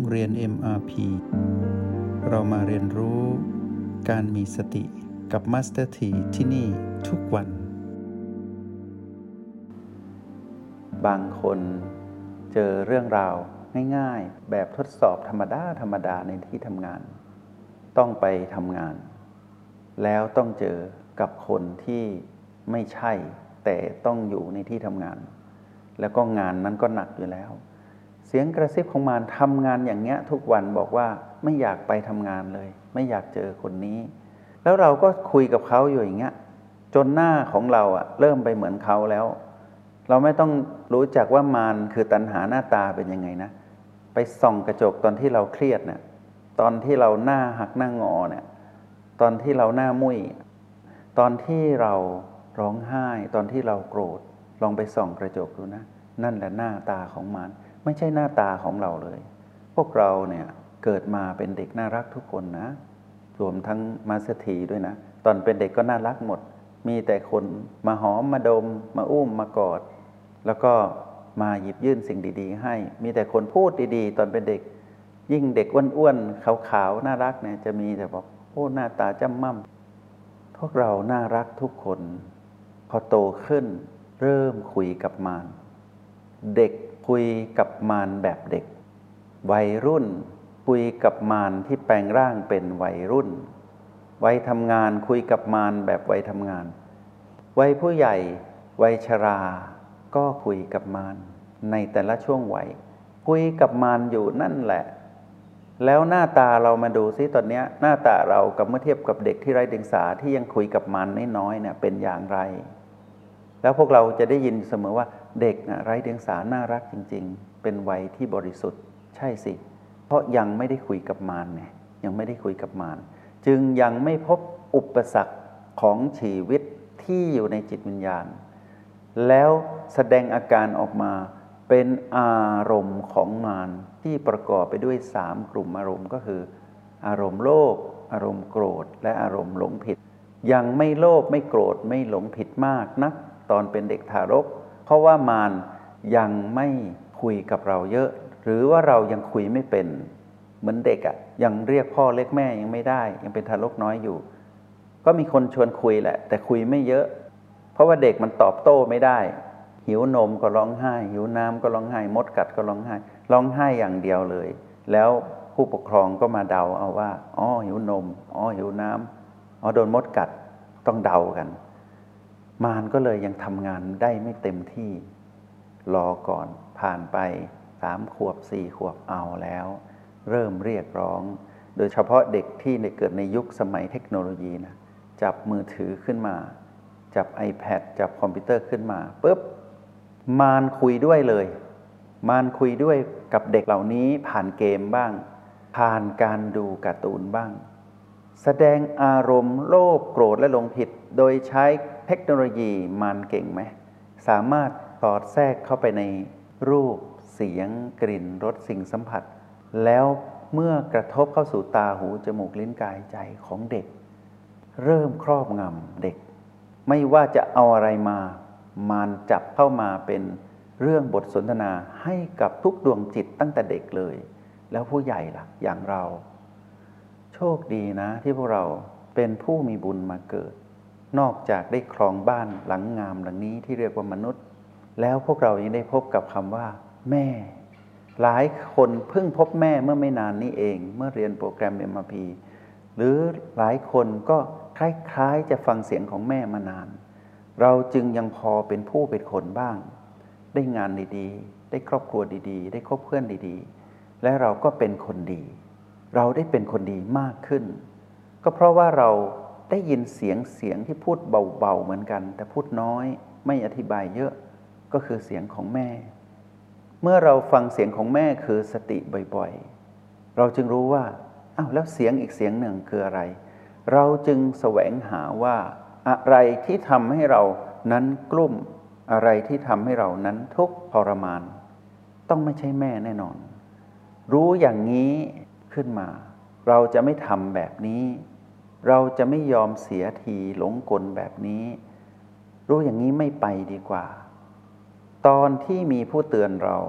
เรียน MRP เรามาเรียนรู้การมีสติกับ Master T ที่นี่ทุกวันบางคนเจอเรื่องราวง่ายๆแบบทดสอบธรรมดาในที่ทำงานต้องไปทำงานแล้วต้องเจอกับคนที่ไม่ใช่แต่ต้องอยู่ในที่ทำงานแล้วก็งานนั้นก็หนักอยู่แล้วเสียงกระซิบของมารทำงานอย่างเงี้ยทุกวันบอกว่าไม่อยากไปทำงานเลยไม่อยากเจอคนนี้แล้วเราก็คุยกับเขาอยู่อย่างเงี้ยจนหน้าของเราเริ่มไปเหมือนเขาแล้วเราไม่ต้องรู้จักว่ามารคือตัณหาหน้าตาเป็นยังไงนะไปส่องกระจกตอนที่เราเครียดเนี่ยตอนที่เราหน้าหักหน้างอเนี่ยตอนที่เราหน้ามุ้ยตอนที่เราร้องไห้ตอนที่เราโกรธลองไปส่องกระจกดูนะนั่นแหละหน้าตาของมารไม่ใช่หน้าตาของเราเลยพวกเราเนี่ยเกิดมาเป็นเด็กน่ารักทุกคนนะรวมทั้งมาสถีด้วยนะตอนเป็นเด็กก็น่ารักหมดมีแต่คนมาหอมมาดมมาอุ้มมากอดแล้วก็มาหยิบยื่นสิ่งดีๆให้มีแต่คนพูดดีๆตอนเป็นเด็กยิ่งเด็กอ้วนๆขาวๆน่ารักเนี่ยจะมีแต่บอกโอ้หน้าตาจ้ำม่ำพวกเราน่ารักทุกคนพอโตขึ้นเริ่มคุยกับมารเด็กคุยกับมารแบบเด็กวัยรุ่นคุยกับมารที่แปลงร่างเป็นวัยรุ่นวัยทำงานคุยกับมารแบบวัยทำงานวัยผู้ใหญ่วัยชราก็คุยกับมารในแต่ละช่วงวัยคุยกับมารอยู่นั่นแหละแล้วหน้าตาเรามาดูซิตอนนี้หน้าตาเรากับเมื่อเทียบกับเด็กที่ไร้เดียงสาที่ยังคุยกับมารน้อยๆเนี่ยเป็นอย่างไรแล้วพวกเราจะได้ยินเสมอว่าเด็กไร้เดียงสาน่ารักจริงๆเป็นวัยที่บริสุทธิ์ใช่สิเพราะยังไม่ได้คุยกับมารไงยังไม่ได้คุยกับมารจึงยังไม่พบอุปสรรคของชีวิตที่อยู่ในจิตวิญญาณแล้วแสดงอาการออกมาเป็นอารมณ์ของมารที่ประกอบไปด้วย3กลุ่มอารมณ์ก็คืออารมณ์โลภอารมณ์โกรธและอารมณ์หลงผิดยังไม่โลภไม่โกรธไม่หลงผิดมากนักตอนเป็นเด็กทารกเพราะว่ามารยังไม่คุยกับเราเยอะหรือว่าเรายังคุยไม่เป็นเหมือนเด็กยังเรียกพ่อเรียกแม่ยังไม่ได้ยังเป็นทารกน้อยอยู่ก็มีคนชวนคุยแหละแต่คุยไม่เยอะเพราะว่าเด็กมันตอบโต้ไม่ได้หิวนมก็ร้องไห้หิวน้ำก็ร้องไห้มดกัดก็ร้องไห้อย่างเดียวเลยแล้วผู้ปกครองก็มาเดาเอาว่าอ๋อหิวนมอ๋อหิวน้ำอ๋อโดนมดกัดต้องเดากันมารก็เลยยังทำงานได้ไม่เต็มที่รอก่อนผ่านไป3 ขวบ 4 ขวบเอาแล้วเริ่มเรียกร้องโดยเฉพาะเด็กที่เกิดในยุคสมัยเทคโนโลยีนะจับมือถือขึ้นมาจับ iPad จับคอมพิวเตอร์ขึ้นมาปุ๊บมารคุยด้วยเลยมารคุยด้วยกับเด็กเหล่านี้ผ่านเกมบ้างผ่านการดูการ์ตูนบ้างแสดงอารมณ์โลภโกรธและหลงผิดโดยใช้เทคโนโลยีมารเก่งไหมสามารถสอดแทรกเข้าไปในรูปเสียงกลิ่นรสสิ่งสัมผัสแล้วเมื่อกระทบเข้าสู่ตาหูจมูกลิ้นกายใจของเด็กเริ่มครอบงำเด็กไม่ว่าจะเอาอะไรมามารจับเข้ามาเป็นเรื่องบทสนทนาให้กับทุกดวงจิตตั้งแต่เด็กเลยแล้วผู้ใหญ่ล่ะอย่างเราโชคดีนะที่พวกเราเป็นผู้มีบุญมาเกิดนอกจากได้ครองบ้านหลังงามหลังนี้ที่เรียกว่ามนุษย์แล้วพวกเรายังได้พบกับคำว่าแม่หลายคนเพิ่งพบแม่เมื่อไม่นานนี้เองเมื่อเรียนโปรแกรม MRP หรือหลายคนก็คล้ายๆจะฟังเสียงของแม่มานานเราจึงยังพอเป็นผู้เป็นคนบ้างได้งานดีๆได้ครอบครัวดีๆได้คบเพื่อนดีๆและเราก็เป็นคนดีเราได้เป็นคนดีมากขึ้นก็เพราะว่าเราได้ยินเสียงที่พูดเบาๆเหมือนกันแต่พูดน้อยไม่อธิบายเยอะก็คือเสียงของแม่เมื่อเราฟังเสียงของแม่คือสติบ่อยๆเราจึงรู้ว่าอ้าวแล้วเสียงอีกเสียงหนึ่งคืออะไรเราจึงแสวงหาว่าอะไรที่ทำให้เรานั้นกลุ้มอะไรที่ทำให้เรานั้นทุกข์ทรมานต้องไม่ใช่แม่แน่นอนรู้อย่างนี้ขึ้นมาเราจะไม่ทำแบบนี้เราจะไม่ยอมเสียทีหลงกลแบบนี้รู้อย่างนี้ไม่ไปดีกว่าตอนที่มีผู้เตือนเรา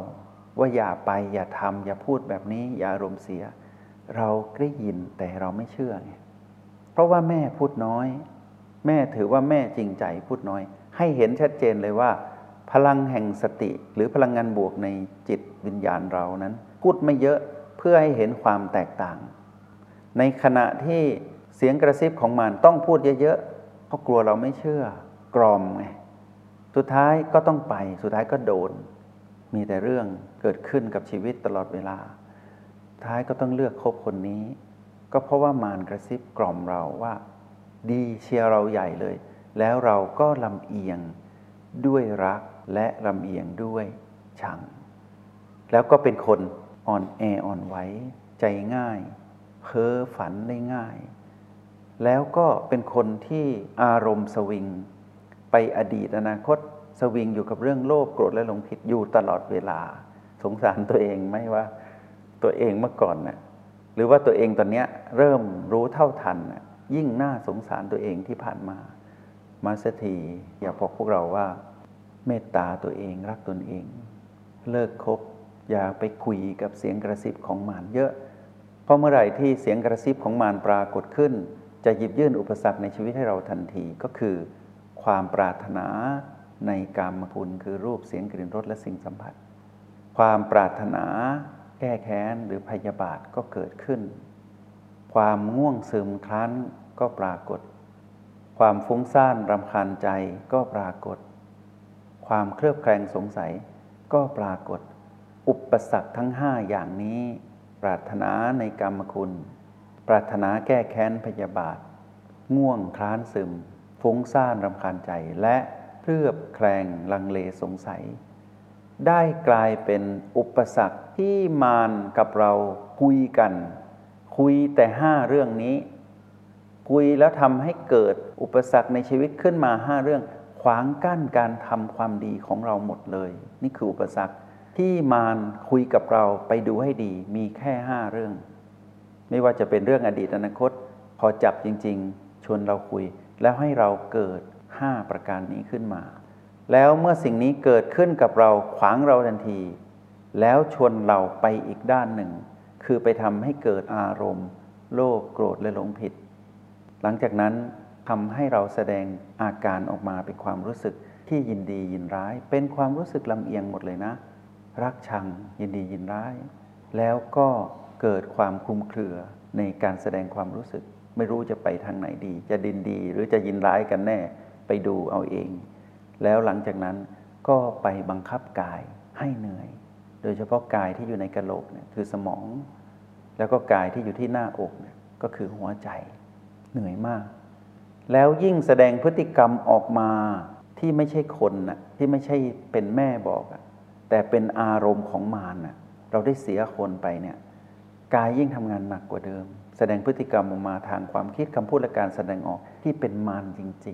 ว่าอย่าไปอย่าทำอย่าพูดแบบนี้อย่าอารมณ์เสียเราได้ยินแต่เราไม่เชื่อไงเพราะว่าแม่พูดน้อยแม่ถือว่าแม่จริงใจพูดน้อยให้เห็นชัดเจนเลยว่าพลังแห่งสติหรือพลังงานบวกในจิตวิญญาณเรานั้นพูดไม่เยอะเพื่อให้เห็นความแตกต่างในขณะที่เสียงกระซิบของมันต้องพูดเยอะๆเพราะกลัวเราไม่เชื่อกรอมไงสุดท้ายก็ต้องไปสุดท้ายก็โดนมีแต่เรื่องเกิดขึ้นกับชีวิตตลอดเวลาท้ายก็ต้องเลือกคบคนนี้ก็เพราะว่ามารกระซิบกล่อมเราว่าดีเชียร์เราใหญ่เลยแล้วเราก็ลำเอียงด้วยรักและลำเอียงด้วยชังแล้วก็เป็นคนอ่อนแออ่อนไหวใจง่ายเพ้อฝันได้ง่ายแล้วก็เป็นคนที่อารมณ์สวิงไปอดีตอนาคตสวิงอยู่กับเรื่องโลภโกรธและหลงผิดอยู่ตลอดเวลาสงสารตัวเองไหมว่าตัวเองเมื่อก่อนน่ะหรือว่าตัวเองตอนนี้เริ่มรู้เท่าทันน่ะยิ่งน่าสงสารตัวเองที่ผ่านมาสักทีอยากบอกพวกเราว่าเมตตาตัวเองรักตนเองเลิกคบอย่าไปคุยกับเสียงกระซิบของมารเยอะเพราะเมื่อไหร่ที่เสียงกระซิบของมารปรากฏขึ้นจะหยิบยื่นอุปสรรคในชีวิตให้เราทันทีก็คือความปรารถนาในกามคุณคือรูปเสียงกลิ่นรสและสิ่งสัมผัสความปรารถนาแก้แค้นหรือพยาบาทก็เกิดขึ้นความง่วงซึมครั้นก็ปรากฏความฟุ้งซ่านรำคาญใจก็ปรากฏความเคลือบแคลงสงสัยก็ปรากฏอุปสรรคทั้ง5อย่างนี้ปรารถนาในกามคุณปรารถนาแก้แค้นพยาบาทง่วงคลานซึมฟุ้งซ่านรำคาญใจและเคลือบแคลงลังเลสงสัยได้กลายเป็นอุปสรรคที่มารกับเราคุยกันคุยแต่5เรื่องนี้คุยแล้วทำให้เกิดอุปสรรคในชีวิตขึ้นมา5เรื่องขวางกั้นการทำความดีของเราหมดเลยนี่คืออุปสรรคที่มารคุยกับเราไปดูให้ดีมีแค่5เรื่องไม่ว่าจะเป็นเรื่องอดีตอนาคตพอจับจริงๆชวนเราคุยแล้วให้เราเกิด5ประการนี้ขึ้นมาแล้วเมื่อสิ่งนี้เกิดขึ้นกับเราขวางเราทันทีแล้วชวนเราไปอีกด้านหนึ่งคือไปทำให้เกิดอารมณ์โลภโกรธและหลงผิดหลังจากนั้นทำให้เราแสดงอาการออกมาเป็นความรู้สึกที่ยินดียินร้ายเป็นความรู้สึกลำเอียงหมดเลยนะรักชังยินดียินร้ายแล้วก็เกิดความคลุมเครือในการแสดงความรู้สึกไม่รู้จะไปทางไหนดีจะดินดีหรือจะยินร้ายกันแน่ไปดูเอาเองแล้วหลังจากนั้นก็ไปบังคับกายให้เหนื่อยโดยเฉพาะกายที่อยู่ในกะโหลกเนี่ยคือสมองแล้วก็กายที่อยู่ที่หน้าอกเนี่ยก็คือหัวใจเหนื่อยมากแล้วยิ่งแสดงพฤติกรรมออกมาที่ไม่ใช่คนน่ะที่ไม่ใช่เป็นแม่บอกแต่เป็นอารมณ์ของมารน่ะเราได้เสียคนไปเนี่ยกายยิ่งทำงานหนักกว่าเดิมแสดงพฤติกรรมออกมาทางความคิดคำพูดและการแสดงออกที่เป็นมารจริง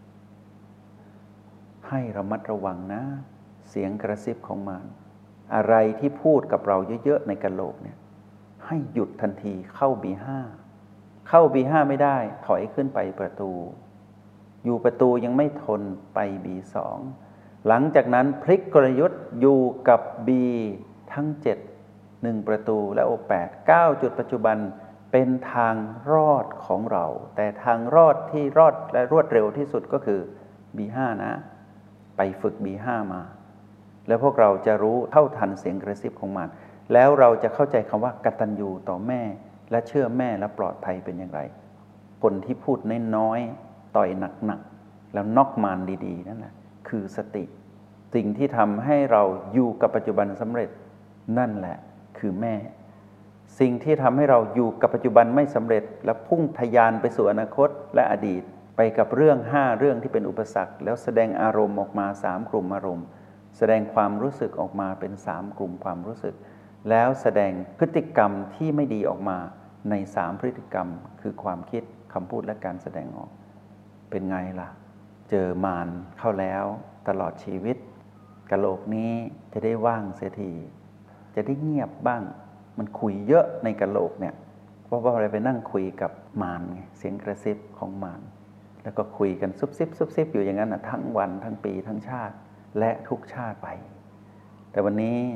ๆให้ระมัดระวังนะเสียงกระซิบของมารอะไรที่พูดกับเราเยอะๆในกะโหลกเนี่ยให้หยุดทันทีเข้า B5 เข้า B5 ไม่ได้ถอยขึ้นไปประตูอยู่ประตูยังไม่ทนไป B2 หลังจากนั้นพลิกกลยุทธ์อยู่กับ B ทั้ง7 1ประตูและ O8 9 จุดปัจจุบันเป็นทางรอดของเราแต่ทางรอดที่รอดและรวดเร็วที่สุดก็คือ B5 นะไปฝึก B5 มาแล้วพวกเราจะรู้เท่าทันเสียงกระซิบของมันแล้วเราจะเข้าใจคำว่ากตัญญูต่อแม่และเชื่อแม่และปลอดภัยเป็นอย่างไรคนที่พูดน้อยๆต่อยหนักๆแล้วน็อกมารดีๆนั่นแหละคือสติสิ่งที่ทำให้เราอยู่กับปัจจุบันสำเร็จนั่นแหละคือแม่สิ่งที่ทำให้เราอยู่กับปัจจุบันไม่สำเร็จและพุ่งทะยานไปสู่อนาคตและอดีตไปกับเรื่อง5เรื่องที่เป็นอุปสรรคแล้วแสดงอารมณ์ออกมา3กลุ่มอารมณ์แสดงความรู้สึกออกมาเป็น3กลุ่มความรู้สึกแล้วแสดงพฤติกรรมที่ไม่ดีออกมาใน3พฤติกรรมคือความคิดคำพูดและการแสดงออกเป็นไงล่ะเจอมารเข้าแล้วตลอดชีวิตกะโหลกนี้จะได้ว่างเสียทีจะได้เงียบบ้างมันคุยเยอะในกะโหลกเนี่ยเพราะว่าอะไรไปนั่งคุยกับมารไงเสียงกระซิบของมารแล้วก็คุยกันซุบซิบอยู่อย่างนั้นทั้งวันทั้งปีทั้งชาติและทุกชาติไปแต่วันนี้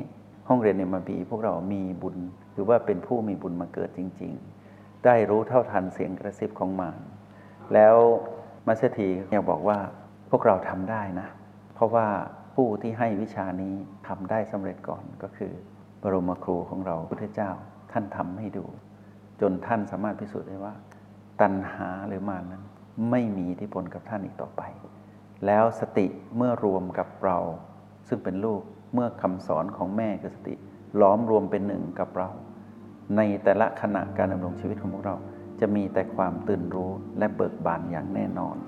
ห้องเรียนMRPพวกเรามีบุญหรือว่าเป็นผู้มีบุญมาเกิดจริงๆได้รู้เท่าทันเสียงกระซิบของมารแล้วมัสถีอยากบอกว่าพวกเราทำได้นะเพราะว่าผู้ที่ให้วิชานี้ทำได้สำเร็จก่อนก็คือบรมครูของเราพุทธเจ้าท่านทำให้ดูจนท่านสามารถพิสูจน์ได้ว่าตัณหาหรือมารนั้นไม่มีอิทธิพลกับท่านอีกต่อไปแล้วสติเมื่อรวมกับเราซึ่งเป็นลูกเมื่อคำสอนของแม่คือสติล้อมรวมเป็นหนึ่งกับเราในแต่ละขณะการดำรงชีวิตของพวกเราจะมีแต่ความตื่นรู้และเบิกบานอย่างแน่นอน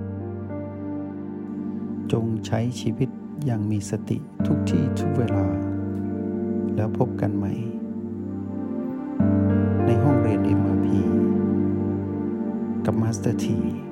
จงใช้ชีวิตอย่างมีสติทุกที่ทุกเวลาแล้วพบกันใหม่ในห้องเรียน MRP กับมาสเตอร์ที